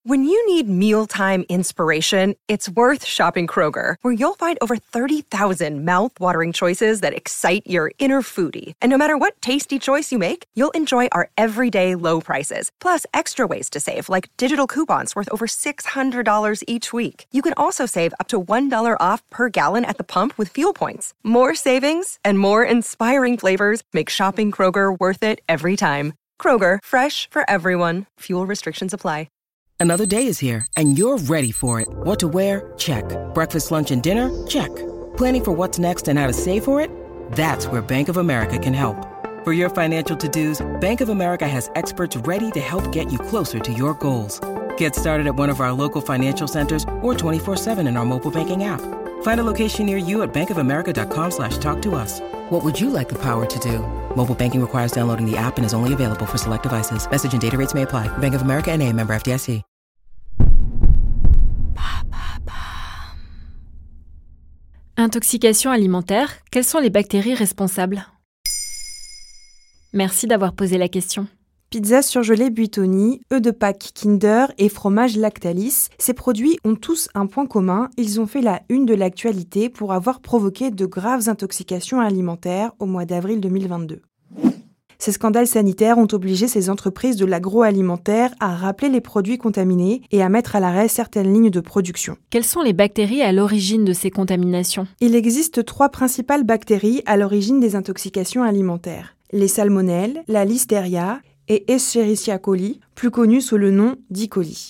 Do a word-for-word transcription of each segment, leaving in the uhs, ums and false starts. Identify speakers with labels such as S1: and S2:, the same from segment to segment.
S1: When you need mealtime inspiration, it's worth shopping Kroger, where you'll find over thirty thousand mouth-watering choices that excite your inner foodie. And no matter what tasty choice you make, you'll enjoy our everyday low prices, plus extra ways to save, like digital coupons worth over six hundred dollars each week. You can also save up to one dollar off per gallon at the pump with fuel points. More savings and more inspiring flavors make shopping Kroger worth it every time. Kroger, fresh for everyone. Fuel restrictions apply.
S2: Another day is here, and you're ready for it. What to wear? Check. Breakfast, lunch, and dinner? Check. Planning for what's next and how to save for it? That's where Bank of America can help. For your financial to-dos, Bank of America has experts ready to help get you closer to your goals. Get started at one of our local financial centers or twenty-four seven in our mobile banking app. Find a location near you at bankofamerica.com slash talk to us. What would you like the power to do? Mobile banking requires downloading the app and is only available for select devices. Message and data rates may apply. Bank of America N A, member F D I C.
S3: Intoxication alimentaire, quelles sont les bactéries responsables ? Merci d'avoir posé la question.
S4: Pizza surgelée Buitoni, œufs de Pâques Kinder et fromage Lactalis, ces produits ont tous un point commun, ils ont fait la une de l'actualité pour avoir provoqué de graves intoxications alimentaires au mois d'avril deux mille vingt-deux. Ces scandales sanitaires ont obligé ces entreprises de l'agroalimentaire à rappeler les produits contaminés et à mettre à l'arrêt certaines lignes de production.
S3: Quelles sont les bactéries à l'origine de ces contaminations ?
S4: Il existe trois principales bactéries à l'origine des intoxications alimentaires. Les salmonelles, la listeria et Escherichia coli, plus connue sous le nom d'E. coli.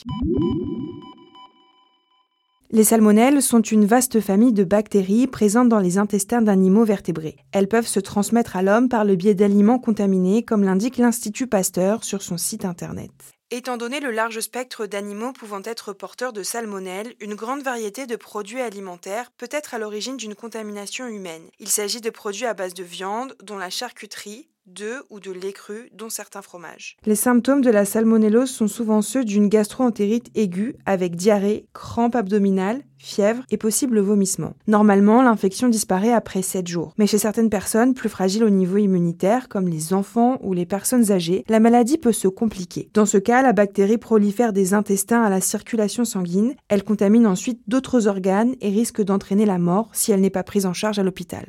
S4: Les salmonelles sont une vaste famille de bactéries présentes dans les intestins d'animaux vertébrés. Elles peuvent se transmettre à l'homme par le biais d'aliments contaminés, comme l'indique l'Institut Pasteur sur son site internet. Étant donné le large spectre d'animaux pouvant être porteurs de salmonelles, une grande variété de produits alimentaires peut être à l'origine d'une contamination humaine. Il s'agit de produits à base de viande, dont la charcuterie, d'œufs ou de lait cru, dont certains fromages. Les symptômes de la salmonellose sont souvent ceux d'une gastro-entérite aiguë avec diarrhée, crampes abdominales, fièvre et possible vomissement. Normalement, l'infection disparaît après sept jours. Mais chez certaines personnes plus fragiles au niveau immunitaire, comme les enfants ou les personnes âgées, la maladie peut se compliquer. Dans ce cas, la bactérie prolifère des intestins à la circulation sanguine. Elle contamine ensuite d'autres organes et risque d'entraîner la mort si elle n'est pas prise en charge à l'hôpital.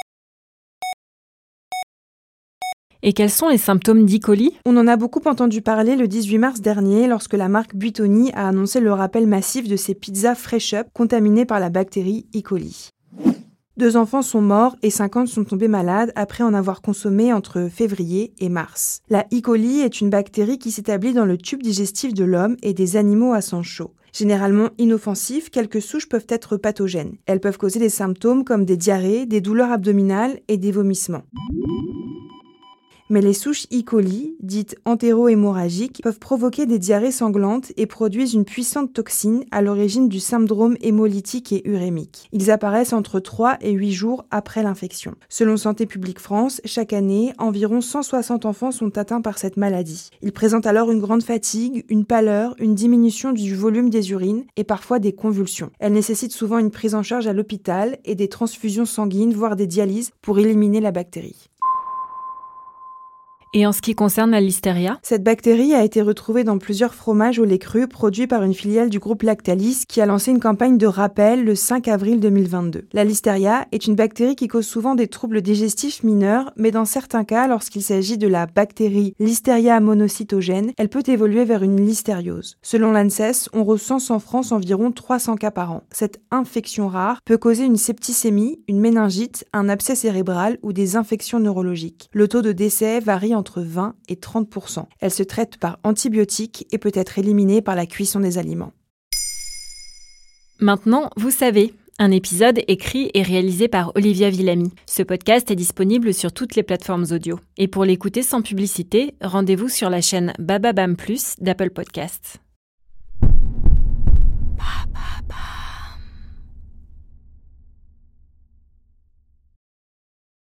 S3: Et quels sont les symptômes d'E. coli ?
S4: On en a beaucoup entendu parler le dix-huit mars dernier lorsque la marque Buitoni a annoncé le rappel massif de ses pizzas Fresh Up contaminées par la bactérie E. coli. Deux enfants sont morts et cinquante sont tombés malades après en avoir consommé entre février et mars. La E. coli est une bactérie qui s'établit dans le tube digestif de l'homme et des animaux à sang chaud. Généralement inoffensives, quelques souches peuvent être pathogènes. Elles peuvent causer des symptômes comme des diarrhées, des douleurs abdominales et des vomissements. Mais les souches E. coli, dites entéro-hémorragiques, peuvent provoquer des diarrhées sanglantes et produisent une puissante toxine à l'origine du syndrome hémolytique et urémique. Ils apparaissent entre trois et huit jours après l'infection. Selon Santé publique France, chaque année, environ cent soixante enfants sont atteints par cette maladie. Ils présentent alors une grande fatigue, une pâleur, une diminution du volume des urines et parfois des convulsions. Elles nécessitent souvent une prise en charge à l'hôpital et des transfusions sanguines, voire des dialyses, pour éliminer la bactérie.
S3: Et en ce qui concerne la listeria ?
S4: Cette bactérie a été retrouvée dans plusieurs fromages au lait cru produits par une filiale du groupe Lactalis qui a lancé une campagne de rappel le cinq avril deux mille vingt-deux. La listeria est une bactérie qui cause souvent des troubles digestifs mineurs, mais dans certains cas, lorsqu'il s'agit de la bactérie Listeria monocytogène, elle peut évoluer vers une listériose. Selon l'ANSES, on recense en France environ trois cents cas par an. Cette infection rare peut causer une septicémie, une méningite, un abcès cérébral ou des infections neurologiques. Le taux de décès varie entre vingt et trente pour cent. Elle se traite par antibiotiques et peut être éliminée par la cuisson des aliments.
S3: Maintenant, vous savez, un épisode écrit et réalisé par Olivia Villamy. Ce podcast est disponible sur toutes les plateformes audio. Et pour l'écouter sans publicité, rendez-vous sur la chaîne Bababam Plus d'Apple Podcasts.